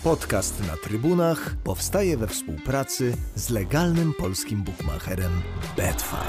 Podcast na trybunach powstaje we współpracy z legalnym polskim bukmacherem Betfair.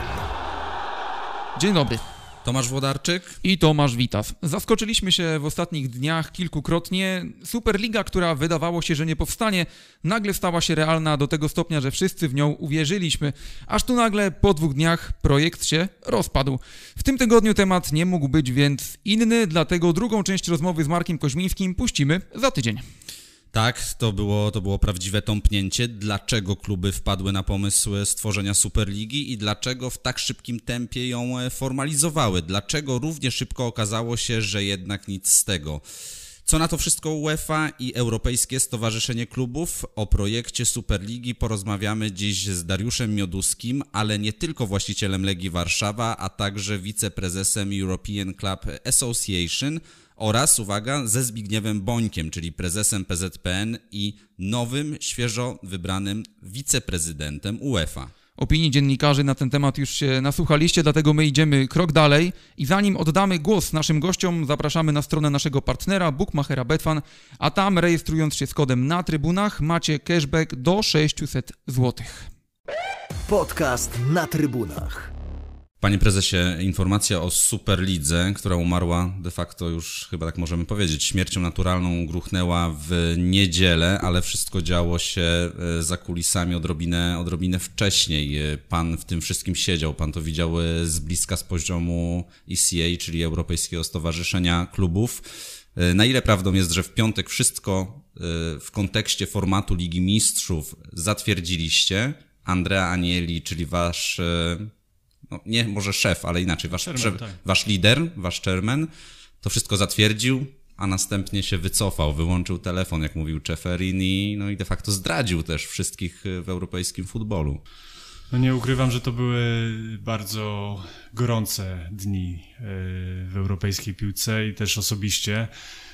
Dzień dobry. Tomasz Włodarczyk I Tomasz Witas. Zaskoczyliśmy się w ostatnich dniach kilkukrotnie. Superliga, która wydawało się, że nie powstanie, nagle stała się realna do tego stopnia, że wszyscy w nią uwierzyliśmy. Aż tu nagle po 2 dniach projekt się rozpadł. W tym tygodniu temat nie mógł być więc inny, dlatego drugą część rozmowy z Markiem Koźmińskim puścimy za tydzień. Tak, to było prawdziwe tąpnięcie. Dlaczego kluby wpadły na pomysł stworzenia Superligi i dlaczego w tak szybkim tempie ją formalizowały? Dlaczego równie szybko okazało się, że jednak nic z tego? Co na to wszystko UEFA i Europejskie Stowarzyszenie Klubów? O projekcie Superligi porozmawiamy dziś z Dariuszem Mioduskim, ale nie tylko właścicielem Legii Warszawa, a także wiceprezesem European Club Association oraz, uwaga, ze Zbigniewem Bońkiem, czyli prezesem PZPN i nowym, świeżo wybranym wiceprezydentem UEFA. Opinii dziennikarzy na ten temat już się nasłuchaliście, dlatego my idziemy krok dalej i zanim oddamy głos naszym gościom, zapraszamy na stronę naszego partnera, bukmachera Betfair, a tam rejestrując się z kodem na trybunach macie cashback do 600 zł. Podcast na trybunach. Panie prezesie, informacja o Superlidze, która umarła de facto już, chyba tak możemy powiedzieć, śmiercią naturalną, gruchnęła w niedzielę, ale wszystko działo się za kulisami odrobinę wcześniej. Pan w tym wszystkim siedział, pan to widział z bliska z poziomu ECA, czyli Europejskiego Stowarzyszenia Klubów. Na ile prawdą jest, że w piątek wszystko w kontekście formatu Ligi Mistrzów zatwierdziliście? Andrea Agnelli, czyli wasz... No, nie może szef, ale inaczej, wasz lider, wasz chairman, to wszystko zatwierdził, a następnie się wycofał, wyłączył telefon, jak mówił Ceferin i de facto zdradził też wszystkich w europejskim futbolu. No nie ukrywam, że to były bardzo gorące dni w europejskiej piłce i też osobiście.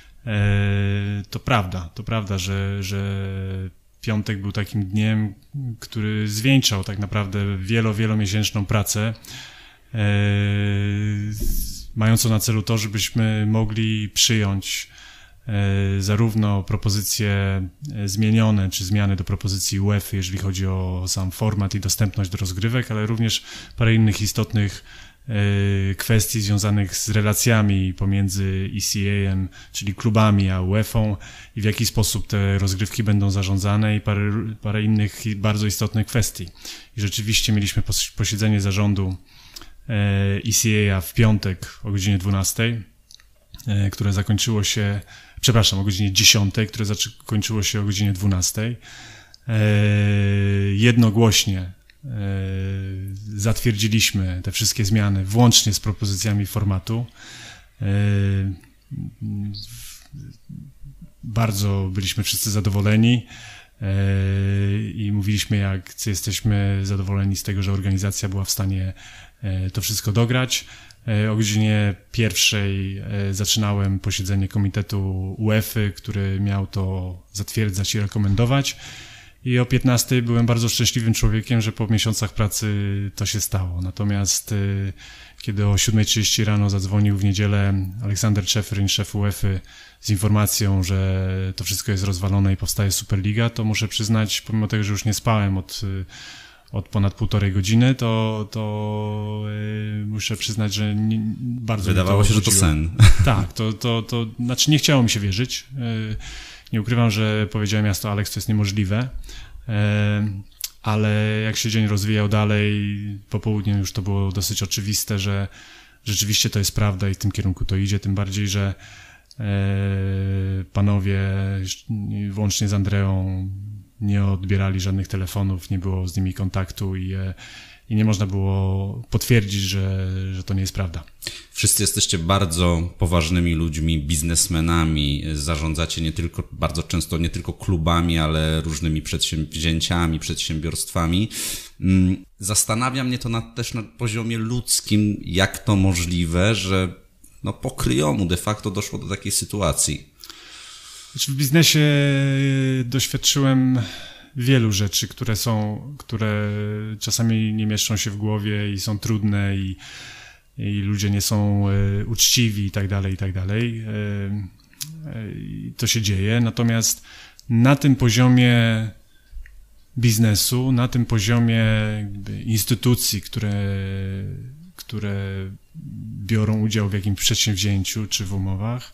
To prawda, że piątek był takim dniem, który zwieńczał tak naprawdę wielomiesięczną pracę, mającą na celu to, żebyśmy mogli przyjąć zarówno propozycje zmienione, czy zmiany do propozycji UEFA, jeżeli chodzi o sam format i dostępność do rozgrywek, ale również parę innych istotnych kwestii związanych z relacjami pomiędzy ECA-em, czyli klubami, a UEFA i w jaki sposób te rozgrywki będą zarządzane i parę innych bardzo istotnych kwestii. I rzeczywiście mieliśmy posiedzenie zarządu ECA w piątek o godzinie 12, które zakończyło się, o godzinie 10, które zakończyło się o godzinie 12. Jednogłośnie zatwierdziliśmy te wszystkie zmiany, włącznie z propozycjami formatu. Bardzo byliśmy wszyscy zadowoleni i mówiliśmy, jak jesteśmy zadowoleni z tego, że organizacja była w stanie to wszystko dograć. O godzinie 1 zaczynałem posiedzenie komitetu UEFA, który miał to zatwierdzać i rekomendować. I o 15 byłem bardzo szczęśliwym człowiekiem, że po miesiącach pracy to się stało. Natomiast kiedy o 7:30 rano zadzwonił w niedzielę Aleksander Ceferin, szef UEFA, z informacją, że to wszystko jest rozwalone i powstaje Superliga, to muszę przyznać, pomimo tego, że już nie spałem od ponad 1,5 godziny, to muszę przyznać, że bardzo wydawało się, że to sen. Tak, to znaczy nie chciało mi się wierzyć. Nie ukrywam, że powiedziałem miasto Alex, to jest niemożliwe, ale jak się dzień rozwijał dalej, po południu już to było dosyć oczywiste, że rzeczywiście to jest prawda i w tym kierunku to idzie, tym bardziej, że panowie, włącznie z Andreą, nie odbierali żadnych telefonów, nie było z nimi kontaktu i nie można było potwierdzić, że to nie jest prawda. Wszyscy jesteście bardzo poważnymi ludźmi, biznesmenami, zarządzacie bardzo często nie tylko klubami, ale różnymi przedsięwzięciami, przedsiębiorstwami. Zastanawia mnie to też na poziomie ludzkim, jak to możliwe, że po kryjomu de facto doszło do takiej sytuacji. W biznesie doświadczyłem wielu rzeczy, które czasami nie mieszczą się w głowie i są trudne i ludzie nie są uczciwi i tak dalej. To się dzieje, natomiast na tym poziomie biznesu, na tym poziomie jakby instytucji, które biorą udział w jakimś przedsięwzięciu czy w umowach,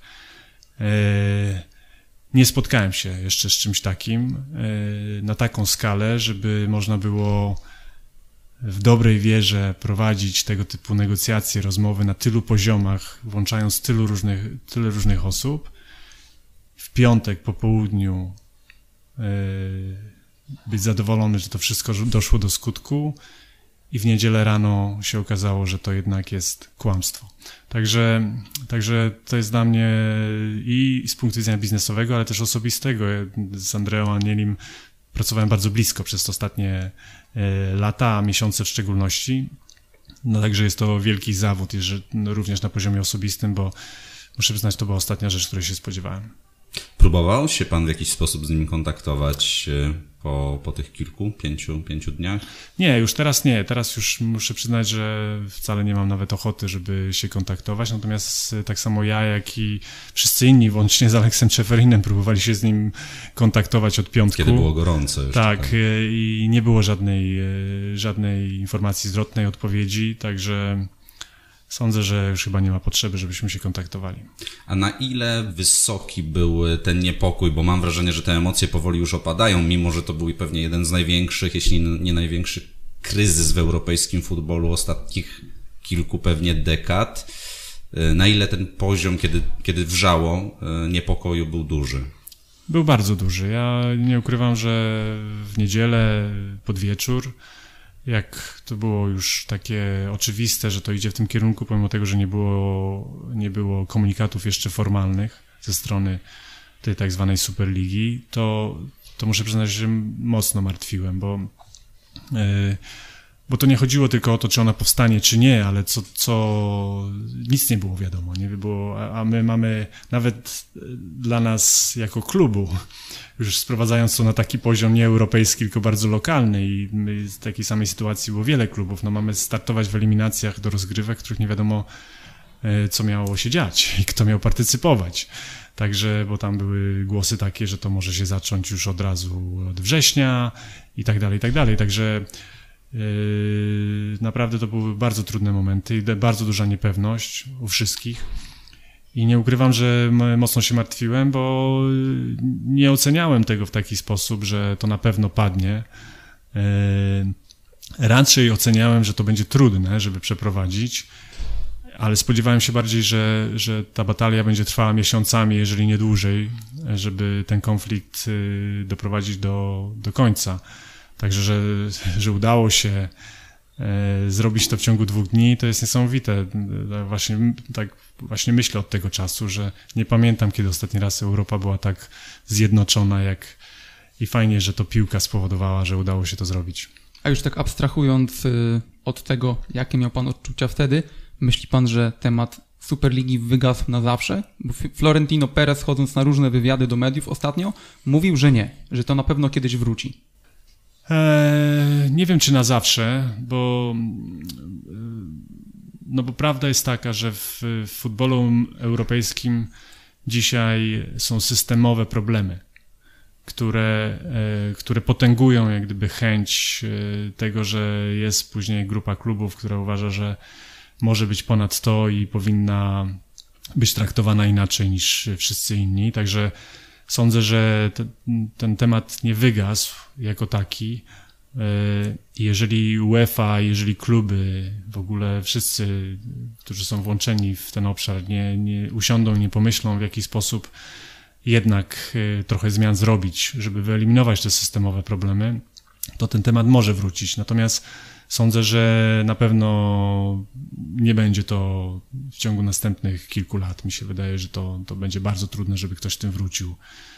nie spotkałem się jeszcze z czymś takim na taką skalę, żeby można było w dobrej wierze prowadzić tego typu negocjacje, rozmowy na tylu poziomach, włączając tyle różnych osób. W piątek po południu być zadowolony, że to wszystko doszło do skutku i w niedzielę rano się okazało, że to jednak jest kłamstwo. Także to jest dla mnie i z punktu widzenia biznesowego, ale też osobistego. Ja z Andreą Anielim pracowałem bardzo blisko przez ostatnie lata, a miesiące w szczególności. No także jest to wielki zawód, również na poziomie osobistym, bo muszę przyznać, to była ostatnia rzecz, której się spodziewałem. Próbował się pan w jakiś sposób z nim kontaktować po tych pięciu dniach? Nie, już teraz nie. Teraz już muszę przyznać, że wcale nie mam nawet ochoty, żeby się kontaktować. Natomiast tak samo ja, jak i wszyscy inni, włącznie z Aleksem Czeferinem, próbowali się z nim kontaktować od piątku. Kiedy było gorąco już. Tak, i nie było żadnej informacji zwrotnej, odpowiedzi, także sądzę, że już chyba nie ma potrzeby, żebyśmy się kontaktowali. A na ile wysoki był ten niepokój? Bo mam wrażenie, że te emocje powoli już opadają, mimo że to był pewnie jeden z największych, jeśli nie największy kryzys w europejskim futbolu ostatnich kilku pewnie dekad. Na ile ten poziom, kiedy wrzało, niepokoju był duży? Był bardzo duży. Ja nie ukrywam, że w niedzielę pod wieczór, jak to było już takie oczywiste, że to idzie w tym kierunku, pomimo tego, że nie było komunikatów jeszcze formalnych ze strony tej tak zwanej Superligi, to muszę przyznać, że mocno martwiłem, bo to nie chodziło tylko o to, czy ona powstanie, czy nie, ale nic nie było wiadomo, nie było, a my mamy nawet dla nas jako klubu, już sprowadzając to na taki poziom nie europejski, tylko bardzo lokalny i my w takiej samej sytuacji było wiele klubów, no mamy startować w eliminacjach do rozgrywek, w których nie wiadomo, co miało się dziać i kto miał partycypować. Także, bo tam były głosy takie, że to może się zacząć już od razu od września i tak dalej, także naprawdę to były bardzo trudne momenty i bardzo duża niepewność u wszystkich i nie ukrywam, że mocno się martwiłem, bo nie oceniałem tego w taki sposób, że to na pewno padnie. Raczej oceniałem, że to będzie trudne, żeby przeprowadzić, ale spodziewałem się bardziej, że ta batalia będzie trwała miesiącami, jeżeli nie dłużej, żeby ten konflikt doprowadzić do końca. Także, że udało się zrobić to w ciągu 2 dni, to jest niesamowite. Właśnie myślę od tego czasu, że nie pamiętam, kiedy ostatni raz Europa była tak zjednoczona, i fajnie, że to piłka spowodowała, że udało się to zrobić. A już tak abstrahując od tego, jakie miał pan odczucia wtedy, myśli pan, że temat Superligi wygasł na zawsze? Bo Florentino Perez, chodząc na różne wywiady do mediów ostatnio, mówił, że nie, że to na pewno kiedyś wróci. Nie wiem, czy na zawsze, bo prawda jest taka, że w futbolu europejskim dzisiaj są systemowe problemy, które potęgują jak gdyby chęć tego, że jest później grupa klubów, która uważa, że może być ponad to i powinna być traktowana inaczej niż wszyscy inni. Także sądzę, że ten temat nie wygasł jako taki. Jeżeli UEFA, jeżeli kluby, w ogóle wszyscy, którzy są włączeni w ten obszar, nie usiądą i nie pomyślą, w jaki sposób jednak trochę zmian zrobić, żeby wyeliminować te systemowe problemy, to ten temat może wrócić. Natomiast sądzę, że na pewno nie będzie to w ciągu następnych kilku lat. Mi się wydaje, że to będzie bardzo trudne, żeby ktoś w tym wrócił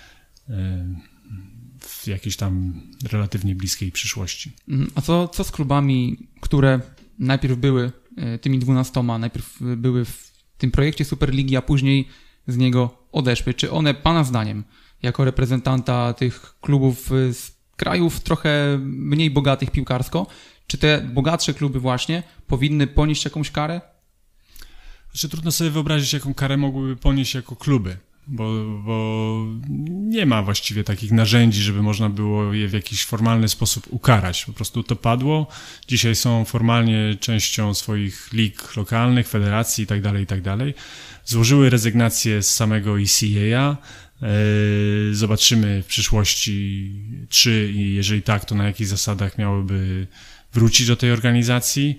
w jakiejś tam relatywnie bliskiej przyszłości. A co z klubami, które najpierw były tymi 12, najpierw były w tym projekcie Superligi, a później z niego odeszły? Czy one, pana zdaniem, jako reprezentanta tych klubów z krajów trochę mniej bogatych piłkarsko, czy te bogatsze kluby właśnie powinny ponieść jakąś karę? Trudno sobie wyobrazić, jaką karę mogłyby ponieść jako kluby. bo nie ma właściwie takich narzędzi, żeby można było je w jakiś formalny sposób ukarać. Po prostu to padło. Dzisiaj są formalnie częścią swoich lig lokalnych, federacji itd., itd. Złożyły rezygnację z samego ECA. Zobaczymy w przyszłości, czy i jeżeli tak, to na jakich zasadach miałyby wrócić do tej organizacji.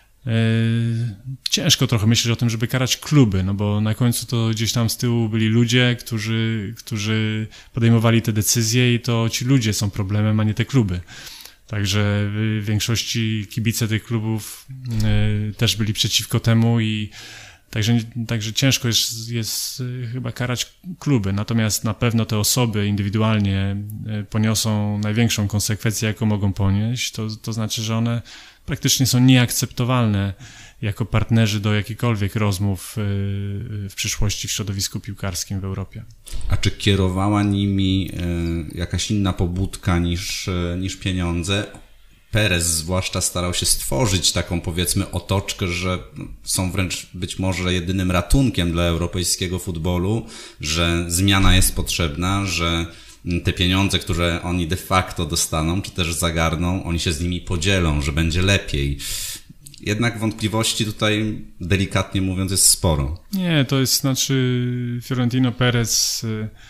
Ciężko trochę myśleć o tym, żeby karać kluby, no bo na końcu to gdzieś tam z tyłu byli ludzie, którzy podejmowali te decyzje i to ci ludzie są problemem, a nie te kluby. Także w większości kibice tych klubów też byli przeciwko temu i Także ciężko jest chyba karać kluby, natomiast na pewno te osoby indywidualnie poniosą największą konsekwencję, jaką mogą ponieść, to znaczy, że one praktycznie są nieakceptowalne jako partnerzy do jakichkolwiek rozmów w przyszłości w środowisku piłkarskim w Europie. A czy kierowała nimi jakaś inna pobudka niż pieniądze? Perez zwłaszcza starał się stworzyć taką, powiedzmy, otoczkę, że są wręcz być może jedynym ratunkiem dla europejskiego futbolu, że zmiana jest potrzebna, że te pieniądze, które oni de facto dostaną, czy też zagarną, oni się z nimi podzielą, że będzie lepiej. Jednak wątpliwości tutaj, delikatnie mówiąc, jest sporo. Nie, to jest, Florentino Perez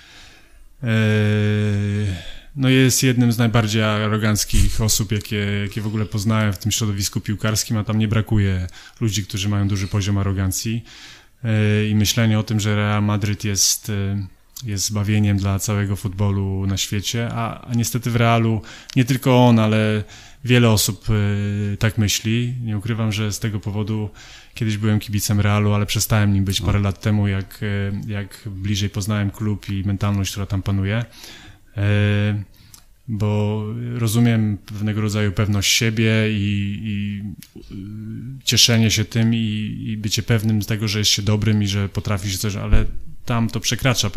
no jest jednym z najbardziej aroganckich osób, jakie w ogóle poznałem w tym środowisku piłkarskim, a tam nie brakuje ludzi, którzy mają duży poziom arogancji i myślenie o tym, że Real Madryt jest zbawieniem dla całego futbolu na świecie, a niestety w Realu nie tylko on, ale wiele osób tak myśli. Nie ukrywam, że z tego powodu kiedyś byłem kibicem Realu, ale przestałem nim być parę lat temu, jak bliżej poznałem klub i mentalność, która tam panuje. Bo rozumiem pewnego rodzaju pewność siebie i cieszenie się tym i bycie pewnym z tego, że jest się dobrym i że potrafi się coś, ale tam to przekracza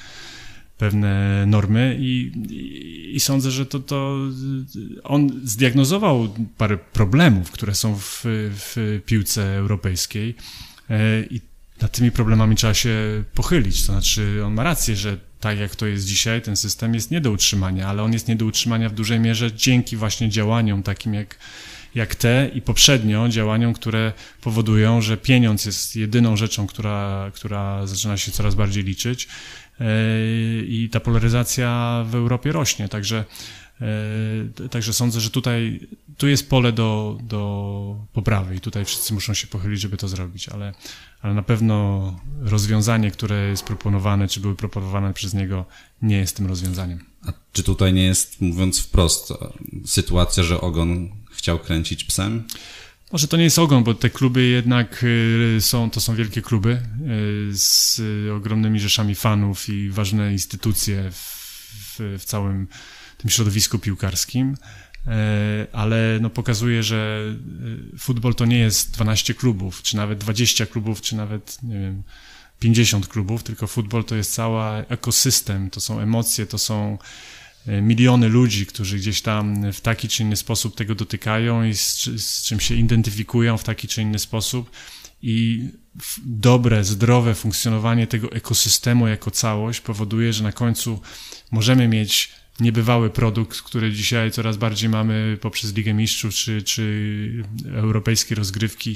pewne normy i sądzę, że to on zdiagnozował parę problemów, które są w piłce europejskiej i nad tymi problemami trzeba się pochylić, to znaczy on ma rację, że tak jak to jest dzisiaj, ten system jest nie do utrzymania, ale on jest nie do utrzymania w dużej mierze dzięki właśnie działaniom takim jak te i poprzednio działaniom, które powodują, że pieniądz jest jedyną rzeczą, która zaczyna się coraz bardziej liczyć i ta polaryzacja w Europie rośnie, Także sądzę, że tu jest pole do poprawy i tutaj wszyscy muszą się pochylić, żeby to zrobić, ale na pewno rozwiązanie, które jest proponowane, czy były proponowane przez niego, nie jest tym rozwiązaniem. A czy tutaj nie jest, mówiąc wprost, sytuacja, że Ogon chciał kręcić psem? Może to nie jest Ogon, bo te kluby jednak to są wielkie kluby z ogromnymi rzeszami fanów i ważne instytucje w całym tym środowisku piłkarskim, ale pokazuje, że futbol to nie jest 12 klubów, czy nawet 20 klubów, czy nawet, 50 klubów, tylko futbol to jest cały ekosystem, to są emocje, to są miliony ludzi, którzy gdzieś tam w taki czy inny sposób tego dotykają i z czym się identyfikują w taki czy inny sposób i dobre, zdrowe funkcjonowanie tego ekosystemu jako całość powoduje, że na końcu możemy mieć niebywały produkt, który dzisiaj coraz bardziej mamy poprzez Ligę Mistrzów, czy europejskie rozgrywki,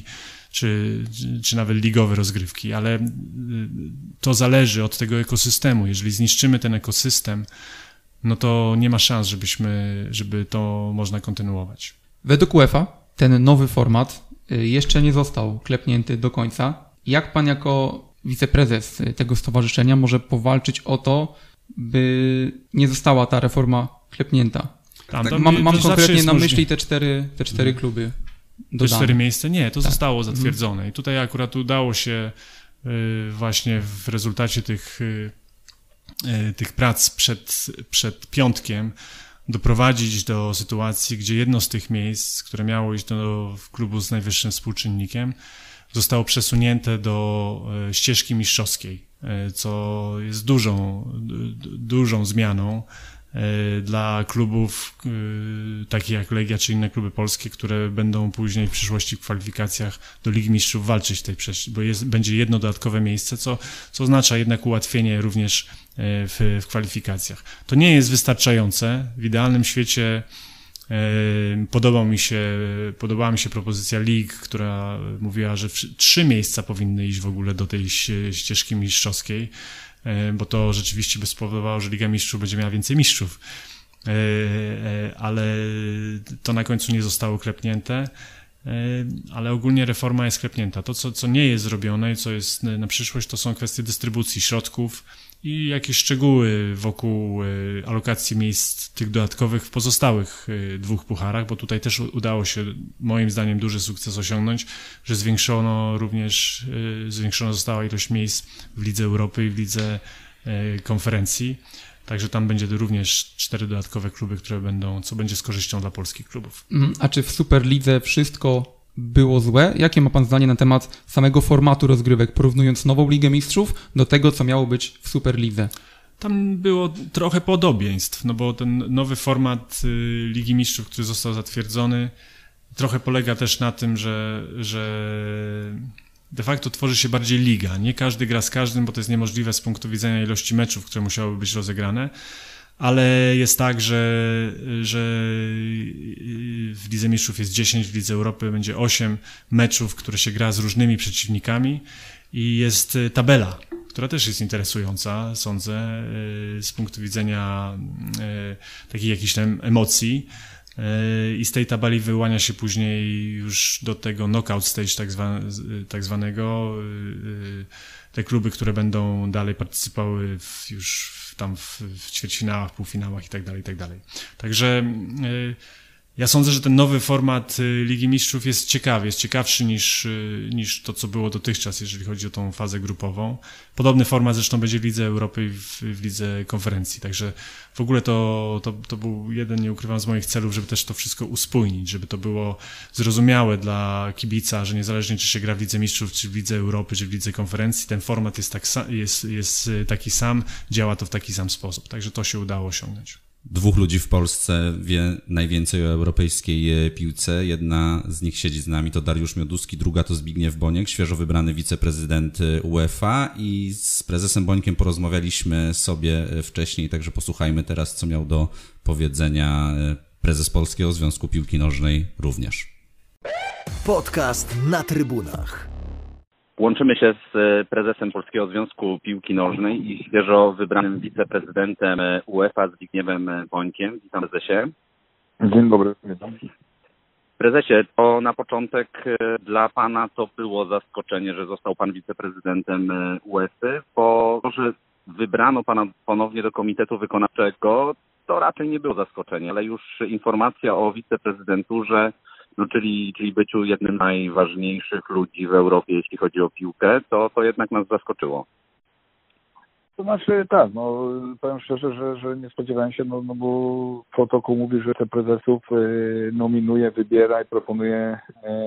czy nawet ligowe rozgrywki, ale to zależy od tego ekosystemu. Jeżeli zniszczymy ten ekosystem, no to nie ma szans, żeby to można kontynuować. Według UEFA ten nowy format jeszcze nie został klepnięty do końca. Jak pan jako wiceprezes tego stowarzyszenia może powalczyć o to, by nie została ta reforma klepnięta? Mam konkretnie na myśli te cztery kluby dodane. Te 4 miejsca? Nie, to zostało zatwierdzone. I tutaj akurat udało się właśnie w rezultacie tych prac przed piątkiem doprowadzić do sytuacji, gdzie jedno z tych miejsc, które miało iść do klubu z najwyższym współczynnikiem, zostało przesunięte do ścieżki mistrzowskiej, co jest dużą zmianą dla klubów takich jak Legia czy inne kluby polskie, które będą później w przyszłości w kwalifikacjach do Ligi Mistrzów walczyć bo będzie jedno dodatkowe miejsce, co oznacza jednak ułatwienie również w kwalifikacjach. To nie jest wystarczające. W idealnym świecie podobała mi się propozycja lig, która mówiła, że 3 miejsca powinny iść w ogóle do tej ścieżki mistrzowskiej, bo to rzeczywiście by spowodowało, że Liga Mistrzów będzie miała więcej mistrzów, ale to na końcu nie zostało klepnięte, ale ogólnie reforma jest klepnięta. To, co nie jest zrobione i co jest na przyszłość, to są kwestie dystrybucji środków i jakieś szczegóły wokół alokacji miejsc tych dodatkowych w pozostałych 2 pucharach, bo tutaj też udało się moim zdaniem duży sukces osiągnąć, że zwiększona została ilość miejsc w Lidze Europy i w Lidze Konferencji, także tam będzie również 4 dodatkowe kluby, co będzie z korzyścią dla polskich klubów. A czy w Superlidze wszystko było złe? Jakie ma pan zdanie na temat samego formatu rozgrywek, porównując nową Ligę Mistrzów do tego, co miało być w Superlidze? Tam było trochę podobieństw, no bo ten nowy format Ligi Mistrzów, który został zatwierdzony, trochę polega też na tym, że de facto tworzy się bardziej liga. Nie każdy gra z każdym, bo to jest niemożliwe z punktu widzenia ilości meczów, które musiałyby być rozegrane. Ale jest tak, że w Lidze Mistrzów jest 10, w Lidze Europy będzie 8 meczów, które się gra z różnymi przeciwnikami i jest tabela, która też jest interesująca, sądzę, z punktu widzenia takich jakichś tam emocji. I z tej tabeli wyłania się później już do tego knockout stage tak zwanego, te kluby, które będą dalej partycypowały już tam w ćwierćfinałach, półfinałach i tak dalej. Także ja sądzę, że ten nowy format Ligi Mistrzów jest ciekawszy niż to, co było dotychczas, jeżeli chodzi o tą fazę grupową. Podobny format zresztą będzie w Lidze Europy i w Lidze Konferencji, także w ogóle to był jeden, nie ukrywam, z moich celów, żeby też to wszystko uspójnić, żeby to było zrozumiałe dla kibica, że niezależnie czy się gra w Lidze Mistrzów, czy w Lidze Europy, czy w Lidze Konferencji, ten format jest taki sam, działa to w taki sam sposób, także to się udało osiągnąć. 2 ludzi w Polsce wie najwięcej o europejskiej piłce. Jedna z nich siedzi z nami, to Dariusz Mioduski, druga to Zbigniew Boniek, świeżo wybrany wiceprezydent UEFA, i z prezesem Bońkiem porozmawialiśmy sobie wcześniej, także posłuchajmy teraz, co miał do powiedzenia prezes Polskiego Związku Piłki Nożnej również. Podcast na trybunach. Łączymy się z prezesem Polskiego Związku Piłki Nożnej i świeżo wybranym wiceprezydentem UEFA Zbigniewem Bońkiem. Witam prezesie. Dzień dobry, witam. Prezesie, to na początek dla pana to było zaskoczenie, że został pan wiceprezydentem UEFA, bo to, że wybrano pana ponownie do Komitetu Wykonawczego, to raczej nie było zaskoczenie, ale już informacja o wiceprezydenturze, czyli byciu jednym z najważniejszych ludzi w Europie, jeśli chodzi o piłkę, to jednak nas zaskoczyło. To znaczy tak, powiem szczerze, że nie spodziewałem się, bo protokół mówi, że te prezesów nominuje, wybiera i proponuje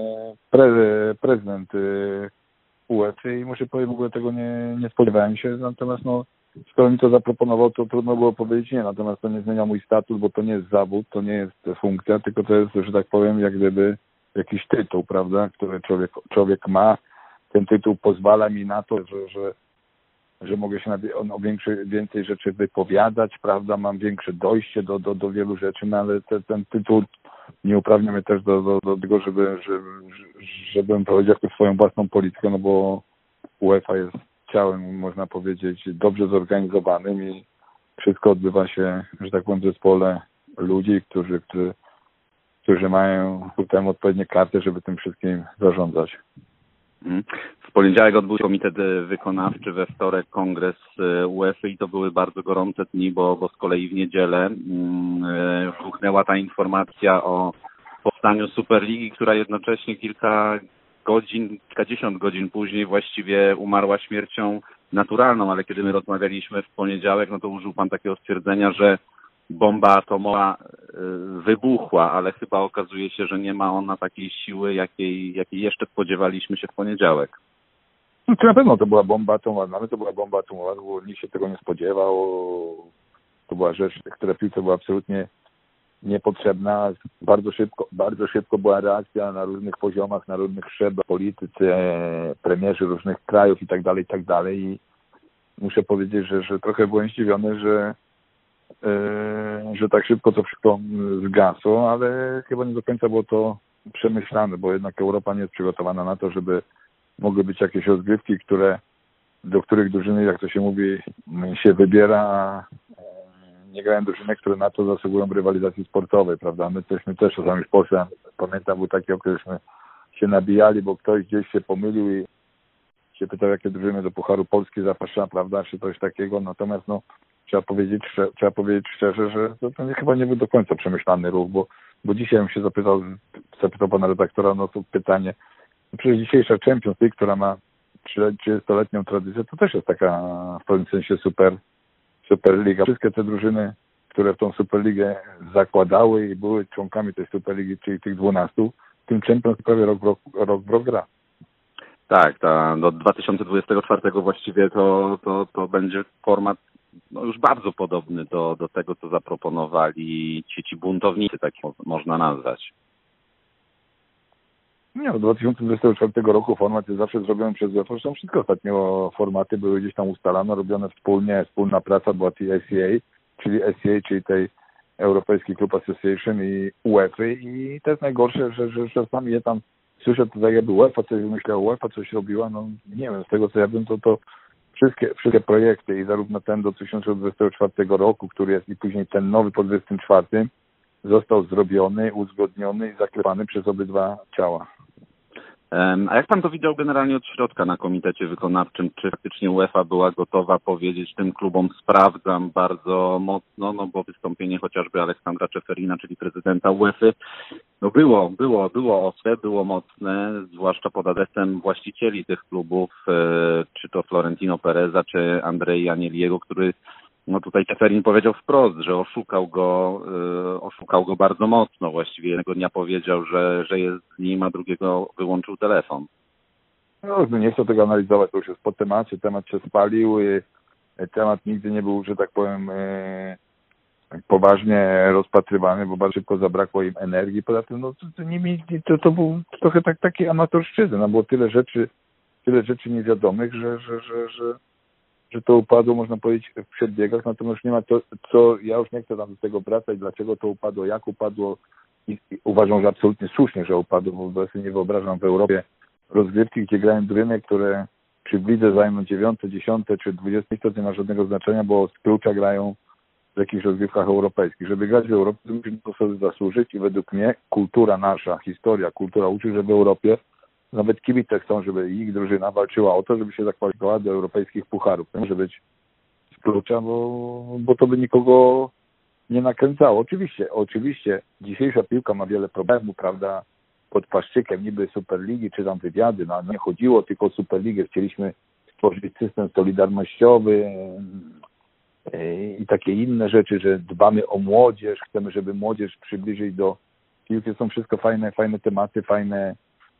prezydent UEFA i muszę powiedzieć, w ogóle tego nie spodziewałem się, natomiast skoro mi to zaproponował, to trudno było powiedzieć nie, natomiast to nie zmienia mój statut, bo to nie jest zawód, to nie jest funkcja, tylko to jest, że tak powiem, jak gdyby jakiś tytuł, prawda, który człowiek ma. Ten tytuł pozwala mi na to, że mogę się o więcej rzeczy wypowiadać, prawda, mam większe dojście do wielu rzeczy, ale ten tytuł nie uprawnia mnie też do tego, żebym prowadził jakąś swoją własną politykę, bo UEFA jest ciałem, można powiedzieć, dobrze zorganizowanym i wszystko odbywa się, że tak powiem, w zespole ludzi, którzy mają ku temu odpowiednie karty, żeby tym wszystkim zarządzać. W poniedziałek odbył się komitet wykonawczy, we wtorek kongres UEFA i to były bardzo gorące dni, bo z kolei w niedzielę wybuchnęła ta informacja o powstaniu Superligi, która jednocześnie kilkadziesiąt godzin później właściwie umarła śmiercią naturalną, ale kiedy my rozmawialiśmy w poniedziałek, to użył pan takiego stwierdzenia, że bomba atomowa wybuchła, ale chyba okazuje się, że nie ma ona takiej siły, jakiej jeszcze spodziewaliśmy się w poniedziałek. To na pewno to była bomba atomowa, bo nikt się tego nie spodziewał. To była rzecz, która piłce była absolutnie niepotrzebna. Bardzo szybko była reakcja na różnych poziomach, na różnych szczeblach, politycy, premierzy różnych krajów i tak dalej. I muszę powiedzieć, że trochę byłem zdziwiony, że tak szybko to wszystko zgasło, ale chyba nie do końca było to przemyślane, bo jednak Europa nie jest przygotowana na to, żeby mogły być jakieś rozgrywki, do których drużyny, jak to się mówi, się wybiera, a nie grają drużyny, które na to zasługują w rywalizacji sportowej, prawda? My też czasami w Polsce, pamiętam, był taki okres, żeśmy się nabijali, bo ktoś gdzieś się pomylił i się pytał, jakie drużyny do Pucharu Polski zaprasza, prawda, czy coś takiego, natomiast trzeba powiedzieć szczerze, że to chyba nie był do końca przemyślany ruch, bo dzisiaj bym się zapytał pana redaktora, to pytanie, przecież dzisiejsza Champions League, która ma 30-letnią tradycję, to też jest taka w pewnym sensie Superliga. Wszystkie te drużyny, które w tą Superligę zakładały i były członkami tej Superligi, czyli tych 12, tym Champions prawie rok w rok gra. Tak, do 2024 właściwie to będzie format już bardzo podobny do tego, co zaproponowali ci buntownicy, tak można nazwać. Nie, od 2024 roku format jest zawsze zrobiony przez UEFA. Zresztą wszystkie ostatnio formaty były gdzieś tam ustalane, robione wspólnie. Wspólna praca była TSCA, czyli tej Europejski Club Association i UEFA. I to jest najgorsze, że czasami je tam słyszę, to tak jakby UEFA coś wymyślała, UEFA coś robiła. Nie wiem, z tego co ja wiem, to wszystkie projekty i zarówno ten do 2024 roku, który jest, i później ten nowy po 2024 został zrobiony, uzgodniony i zaklepany przez obydwa ciała. A jak pan to widział generalnie od środka na komitecie wykonawczym? Czy faktycznie UEFA była gotowa powiedzieć tym klubom sprawdzam bardzo mocno, bo wystąpienie chociażby Aleksandra Czeferina, czyli prezydenta UEFA, było ostre, było mocne, zwłaszcza pod adresem właścicieli tych klubów, czy to Florentino Pereza, czy Andrei Anieliego, który tutaj Czeferin powiedział wprost, że oszukał go bardzo mocno. Właściwie jednego dnia powiedział, że jest z nim, a drugiego wyłączył telefon. Nie chcę tego analizować, to już jest po temacie, temat się spalił, temat nigdy nie był, że tak powiem, poważnie rozpatrywany, bo bardzo szybko zabrakło im energii. Poza tym, to był trochę taki amatorszczyzna, było tyle rzeczy niewiadomych, że to upadło, można powiedzieć, w przedbiegach, natomiast nie ma ja już nie chcę tam do tego wracać, dlaczego to upadło, jak upadło i uważam, że absolutnie słusznie, że upadło, bo sobie nie wyobrażam w Europie rozgrywki, gdzie grają drużyny, które przy lidze zajmą 9., 10. czy 20 miejsce, to nie ma żadnego znaczenia, bo z klucza grają w jakichś rozgrywkach europejskich. Żeby grać w Europie, to musimy to sobie zasłużyć i według mnie kultura nasza, historia, kultura uczy, że w Europie nawet kibice chcą, żeby ich drużyna walczyła o to, żeby się zakwalifikowała do europejskich pucharów. To może być z klucza, bo to by nikogo nie nakręcało. Oczywiście dzisiejsza piłka ma wiele problemów, prawda, pod płaszczykiem niby Superligi, czy tam wywiady, nie chodziło tylko o Superligę, chcieliśmy stworzyć system solidarnościowy i takie inne rzeczy, że dbamy o młodzież, chcemy, żeby młodzież przybliżyć do piłki. Są wszystko fajne tematy, fajne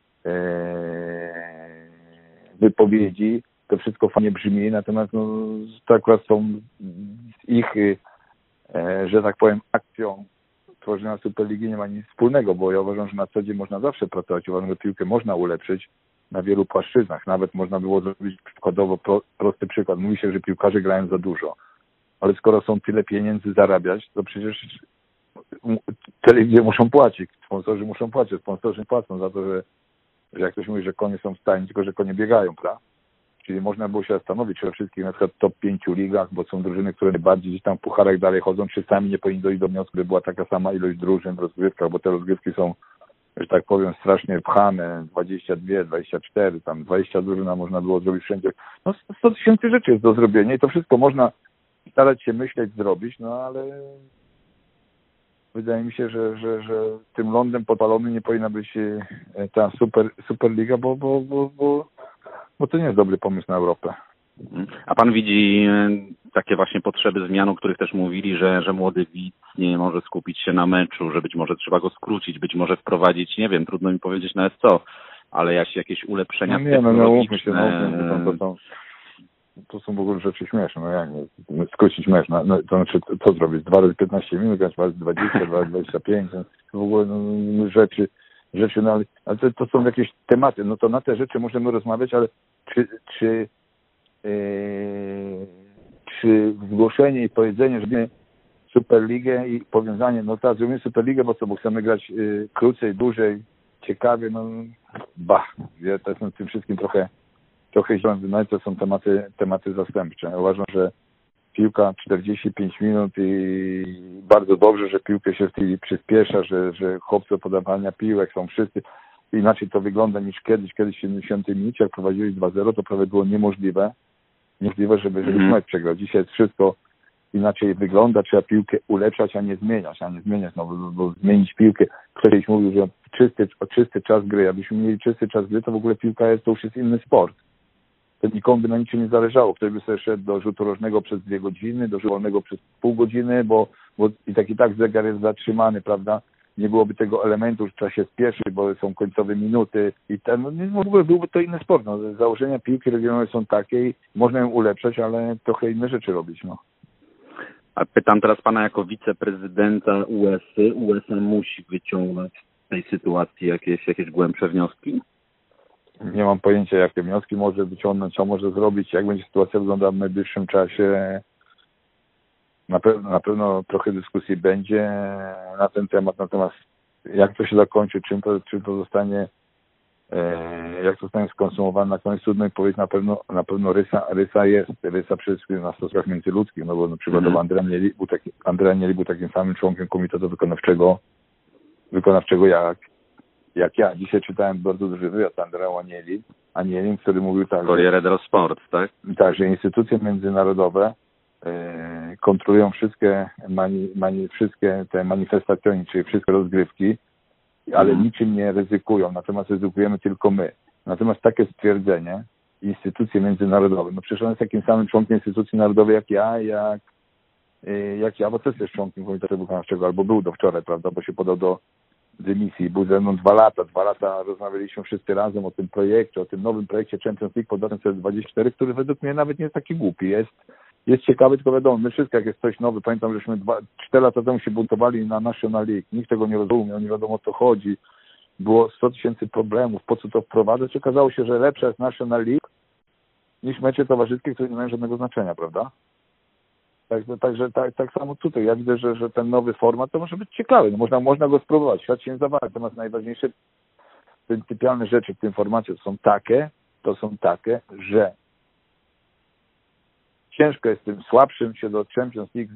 wypowiedzi, to wszystko fajnie brzmi, natomiast to akurat są ich, że tak powiem, akcją tworzenia Superligi nie ma nic wspólnego, bo ja uważam, że na co dzień można zawsze pracować. Uważam, że piłkę można ulepszyć na wielu płaszczyznach. Nawet można było zrobić przykładowo prosty przykład. Mówi się, że piłkarze grają za dużo, ale skoro są tyle pieniędzy zarabiać, to przecież telewizje muszą płacić, sponsorzy muszą płacić, sponsorzy płacą za to, że jak ktoś mówi, że konie są w stajni, tylko że konie biegają, prawda? Czyli można było się zastanowić, czy we wszystkich na przykład top 5 ligach, bo są drużyny, które najbardziej gdzieś tam w pucharach dalej chodzą, czy sami nie powinni dojść do wniosku, by była taka sama ilość drużyn w rozgrywkach, bo te rozgrywki są, że tak powiem, strasznie pchane, 22, 24, tam 20 drużyn można było zrobić wszędzie. 100 000 rzeczy jest do zrobienia i to wszystko można starać się myśleć, zrobić, ale wydaje mi się, że tym lądem podpalony nie powinna być ta Superliga, bo to nie jest dobry pomysł na Europę. A pan widzi takie właśnie potrzeby zmian, o których też mówili, że młody widz nie może skupić się na meczu, że być może trzeba go skrócić, być może wprowadzić, nie wiem, trudno mi powiedzieć nawet co, ale jakieś ulepszenia technologiczne. to są w ogóle rzeczy śmieszne. No jak nie, skrócić mecz, no, to znaczy co zrobić? 2 razy 15 minut, grać 2 razy 20, 2 razy 25, no, w ogóle no, rzeczy, no ale to są jakieś tematy, no to na te rzeczy możemy rozmawiać, ale czy zgłoszenie i powiedzenie, że mamy Superligę i powiązanie, no tak, zrobimy Superligę, bo chcemy grać krócej, dłużej, ciekawie, no ja to jestem w tym wszystkim trochę zielony, no to są tematy zastępcze. Uważam, że piłka 45 minut i bardzo dobrze, że piłkę się w tej przyspiesza, że chłopcy podawania piłek są wszyscy. Inaczej to wygląda niż kiedyś w 70 minucie, jak prowadzili 2-0, to prawie było niemożliwe, żeby mecz przegrał. Dzisiaj jest wszystko inaczej wygląda, trzeba piłkę ulepszać, a nie zmieniać, no bo zmienić piłkę. Ktoś mówił, że czysty czas gry, abyśmy mieli czysty czas gry, to w ogóle piłka to już jest inny sport. To nikomu by na niczym nie zależało. Ktoś by sobie szedł do rzutu rożnego przez 2 godziny, do rzutu wolnego przez pół godziny, bo i tak zegar jest zatrzymany, prawda? Nie byłoby tego elementu, że trzeba się spieszyć, bo są końcowe minuty i w ogóle byłby to inny sport. No. Założenia piłki regionalne są takie i można ją ulepszać, ale trochę inne rzeczy robić, no. A pytam teraz pana jako wiceprezydenta UEFA. UEFA musi wyciągnąć z tej sytuacji jakieś głębsze wnioski? Nie mam pojęcia, jakie wnioski może wyciągnąć, co może zrobić, jak będzie sytuacja wyglądała w najbliższym czasie. Na pewno trochę dyskusji będzie na ten temat, natomiast jak to się zakończy, czym to zostanie, jak to zostanie skonsumowane, na koniec trudno powiedzieć, na pewno rysa przede wszystkim na stosunkach międzyludzkich, no bo na przykład Andrea Agnelli był takim samym członkiem komitetu wykonawczego jak ja. Dzisiaj czytałem bardzo duży wywiad Andrea Agnelli, który mówił tak, Corriere dello Sport, tak? Tak, że instytucje międzynarodowe kontrolują wszystkie te manifestacje, czyli wszystkie rozgrywki, ale niczym nie ryzykują, natomiast ryzykujemy tylko my. Natomiast takie stwierdzenie, instytucje międzynarodowe, no przecież on jest takim samym członkiem instytucji narodowej jak ja, bo też jest członkiem komitetu wykonawczego, albo był do wczoraj, prawda, bo się podał do dymisji, był ze mną 2 lata. 2 lata rozmawialiśmy wszyscy razem o tym projekcie, o tym nowym projekcie Champions League pod 2024, który według mnie nawet nie jest taki głupi. Jest ciekawy, tylko wiadomo, my wszystko, jak jest coś nowe, pamiętam, żeśmy 4 lata temu się buntowali na National League, nikt tego nie rozumiał, nie wiadomo o co chodzi, było 100 000 problemów, po co to wprowadzać, okazało się, że lepsza jest National League niż mecze towarzyskie, które nie mają żadnego znaczenia, prawda? Także tak samo tutaj. Ja widzę, że ten nowy format to może być ciekawy. No można go spróbować. Świat się nie zawali. Natomiast najważniejsze pryncypialne rzeczy w tym formacie to są takie, że ciężko jest tym słabszym się do Champions League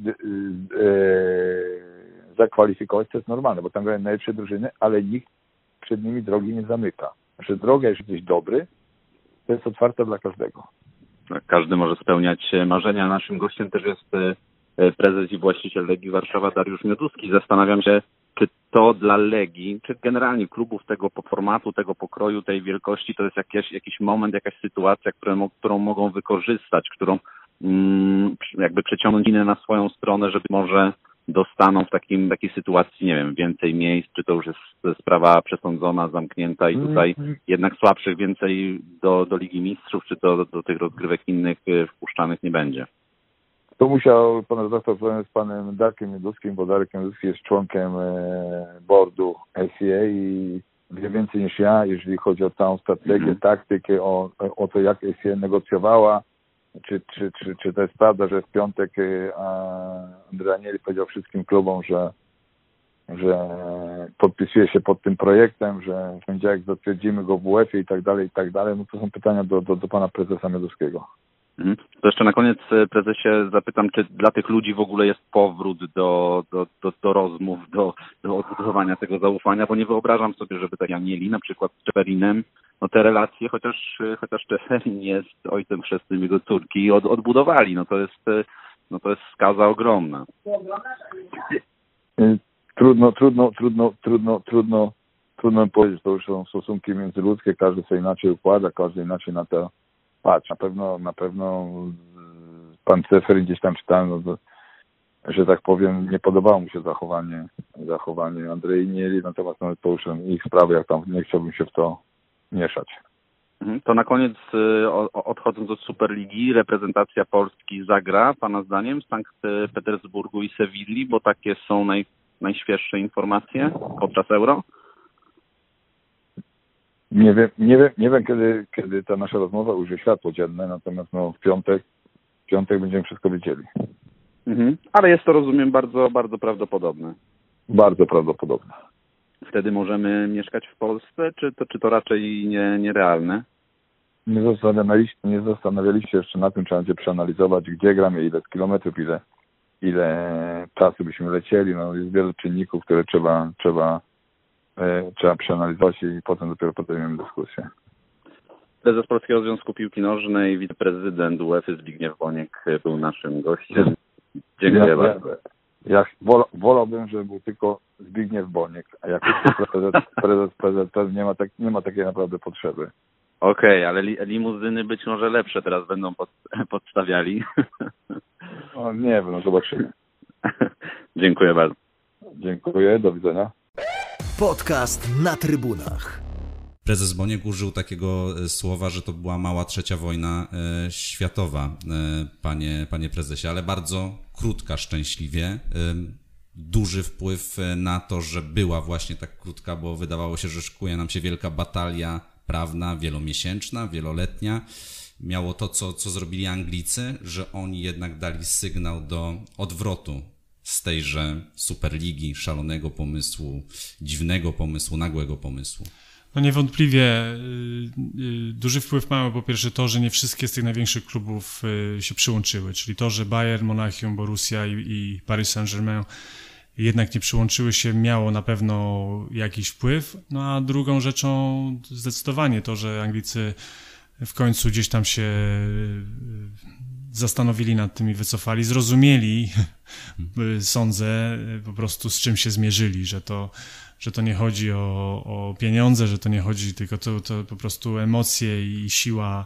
zakwalifikować. To jest normalne, bo tam grają najlepsze drużyny, ale nikt przed nimi drogi nie zamyka. Znaczy droga, jeżeli jesteś dobry, to jest otwarta dla każdego. Każdy może spełniać marzenia. Naszym gościem też jest prezes i właściciel Legii Warszawa, Dariusz Mioduski. Zastanawiam się, czy to dla Legii, czy generalnie klubów tego formatu, tego pokroju, tej wielkości, to jest jakiś moment, jakaś sytuacja, którą mogą wykorzystać, którą jakby przeciągnąć inne na swoją stronę, żeby może dostaną w takiej sytuacji, nie wiem, więcej miejsc, czy to już jest sprawa przesądzona, zamknięta i tutaj jednak słabszych więcej do Ligi Mistrzów, czy do tych rozgrywek innych wpuszczanych nie będzie. To musiał pan redaktor porozmawiać z panem Darkiem Mioduskim, bo Darek Mioduski jest członkiem boardu SCA i wie więcej niż ja, jeżeli chodzi o całą strategię, taktykę, o to, jak SCA negocjowała. Czy to jest prawda, że w piątek Andrea Agnelli powiedział wszystkim klubom, że podpisuje się pod tym projektem, że w poniedziałek zatwierdzimy go w UEFA i tak dalej, no to są pytania do pana prezesa Mioduskiego. To jeszcze na koniec, prezesie, zapytam, czy dla tych ludzi w ogóle jest powrót do rozmów, do odbudowania tego zaufania, bo nie wyobrażam sobie, żeby tak Agnelli, na przykład z Ceferinem, no te relacje, chociaż Ceferin jest ojcem chrzestnym jego córki, odbudowali. No to jest skaza ogromna. Trudno powiedzieć, to już są stosunki międzyludzkie, każdy sobie inaczej układa, każdy inaczej na to patrzy. Na pewno pan Ceferin gdzieś tam czytałem, że tak powiem, nie podobało mu się zachowanie Andrei Agnelli, natomiast to już ich sprawy, jak tam nie chciałbym się w to mieszać. To na koniec, odchodząc od Superligi, reprezentacja Polski zagra, Pana zdaniem, w Sankt Petersburgu i Sewilli, bo takie są najświeższe informacje podczas Euro? Nie wiem kiedy ta nasza rozmowa ujrzy światło dzienne, natomiast w piątek będziemy wszystko wiedzieli. Ale jest to, rozumiem, bardzo, bardzo prawdopodobne. Bardzo prawdopodobne. Wtedy możemy mieszkać w Polsce, czy to raczej nierealne? Nie zastanawialiście jeszcze na tym, trzeba będzie przeanalizować, gdzie gramy, ile kilometrów, ile czasu byśmy lecieli. Jest wiele czynników, które trzeba przeanalizować i potem dopiero podejmiemy dyskusję. Prezes Polskiego Związku Piłki Nożnej, wiceprezydent UEFA Zbigniew Boniek był naszym gościem. Dziękuję bardzo. Ja wolałbym, żeby był tylko Zbigniew Boniek, a jako prezes PZPN nie ma takiej naprawdę potrzeby. Okej, ale limuzyny być może lepsze teraz będą podstawiali. Nie wiem, zobaczymy. Dziękuję bardzo. Dziękuję, do widzenia. Podcast na trybunach. Prezes Boniek użył takiego słowa, że to była mała trzecia wojna światowa, panie prezesie, ale bardzo krótka szczęśliwie. Duży wpływ na to, że była właśnie tak krótka, bo wydawało się, że szykuje nam się wielka batalia prawna, wielomiesięczna, wieloletnia. Miało to, co zrobili Anglicy, że oni jednak dali sygnał do odwrotu z tejże Superligi, szalonego pomysłu, dziwnego pomysłu, nagłego pomysłu. Niewątpliwie duży wpływ mają po pierwsze to, że nie wszystkie z tych największych klubów się przyłączyły, czyli to, że Bayern, Monachium, Borussia i Paris Saint-Germain jednak nie przyłączyły się, miało na pewno jakiś wpływ. A drugą rzeczą zdecydowanie to, że Anglicy w końcu gdzieś tam się zastanowili nad tym i wycofali, zrozumieli, sądzę, po prostu z czym się zmierzyli, że to nie chodzi o pieniądze, że to nie chodzi tylko to po prostu emocje i siła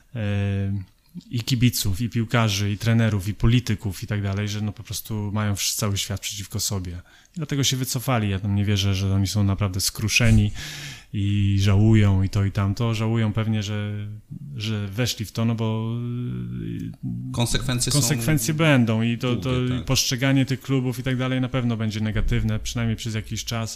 i kibiców, i piłkarzy, i trenerów, i polityków i tak dalej, że po prostu mają cały świat przeciwko sobie. I dlatego się wycofali. Ja tam nie wierzę, że oni są naprawdę skruszeni i żałują i to i tamto. Żałują pewnie, że weszli w to, bo konsekwencje będą i to tak. Postrzeganie tych klubów i tak dalej na pewno będzie negatywne, przynajmniej przez jakiś czas.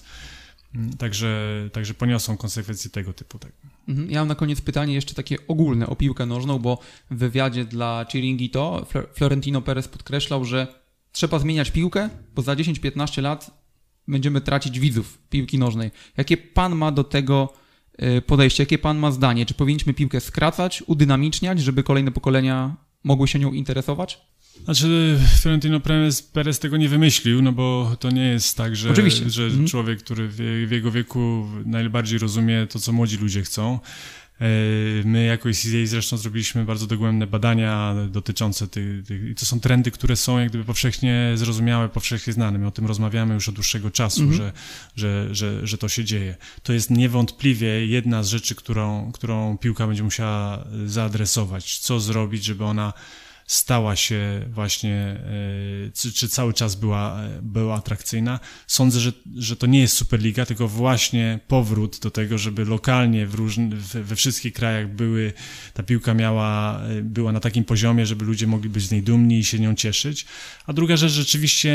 Także poniosą konsekwencje tego typu. Tak. Ja mam na koniec pytanie jeszcze takie ogólne o piłkę nożną, bo w wywiadzie dla Chiringuito Florentino Perez podkreślał, że trzeba zmieniać piłkę, bo za 10-15 lat będziemy tracić widzów piłki nożnej. Jakie pan ma do tego podejście? Jakie pan ma zdanie? Czy powinniśmy piłkę skracać, udynamiczniać, żeby kolejne pokolenia mogły się nią interesować? Znaczy, Florentino Perez tego nie wymyślił, bo to nie jest tak, że człowiek, który w jego wieku najbardziej rozumie to, co młodzi ludzie chcą. My jako ECA zresztą zrobiliśmy bardzo dogłębne badania dotyczące tych i to są trendy, które są jak gdyby powszechnie zrozumiałe, powszechnie znane. My o tym rozmawiamy już od dłuższego czasu, że to się dzieje. To jest niewątpliwie jedna z rzeczy, którą piłka będzie musiała zaadresować. Co zrobić, żeby ona stała się właśnie, czy cały czas była atrakcyjna. Sądzę, że to nie jest Superliga, tylko właśnie powrót do tego, żeby lokalnie we wszystkich krajach ta piłka była na takim poziomie, żeby ludzie mogli być z niej dumni i się nią cieszyć. A druga rzecz, rzeczywiście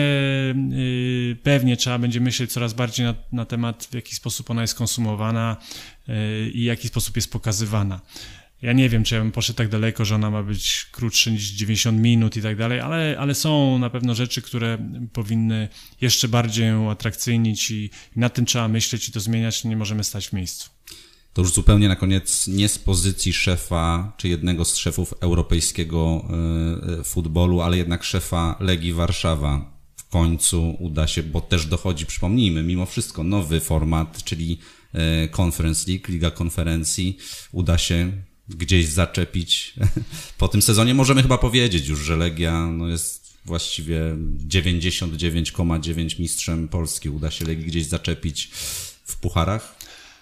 pewnie trzeba będzie myśleć coraz bardziej na temat, w jaki sposób ona jest konsumowana i w jaki sposób jest pokazywana. Ja nie wiem, czy ja bym poszedł tak daleko, że ona ma być krótsza niż 90 minut i tak dalej, ale są na pewno rzeczy, które powinny jeszcze bardziej ją atrakcyjnić i nad tym trzeba myśleć i to zmieniać, nie możemy stać w miejscu. To już zupełnie na koniec, nie z pozycji szefa, czy jednego z szefów europejskiego futbolu, ale jednak szefa Legii Warszawa. W końcu uda się, bo też dochodzi, przypomnijmy, mimo wszystko nowy format, czyli Conference League, Liga Konferencji, uda się gdzieś zaczepić. Po tym sezonie możemy chyba powiedzieć już, że Legia jest właściwie 99,9 mistrzem Polski. Uda się Legii gdzieś zaczepić w pucharach?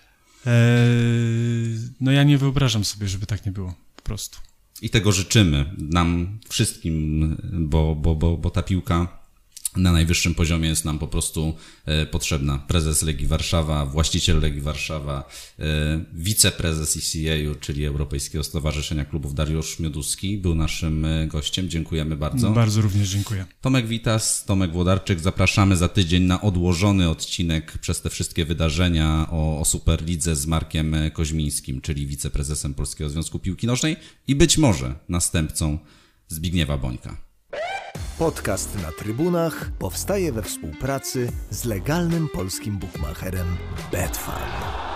Ja nie wyobrażam sobie, żeby tak nie było, po prostu. I tego życzymy nam wszystkim, bo ta piłka na najwyższym poziomie jest nam po prostu potrzebna. Prezes Legii Warszawa, właściciel Legii Warszawa, wiceprezes ECA-u, czyli Europejskiego Stowarzyszenia Klubów, Dariusz Mioduski był naszym gościem. Dziękujemy bardzo. Bardzo również dziękuję. Tomek Witas, Tomek Włodarczyk. Zapraszamy za tydzień na odłożony odcinek przez te wszystkie wydarzenia o Superlidze z Markiem Koźmińskim, czyli wiceprezesem Polskiego Związku Piłki Nożnej i być może następcą Zbigniewa Bońka. Podcast na trybunach powstaje we współpracy z legalnym polskim bukmacherem Betfair.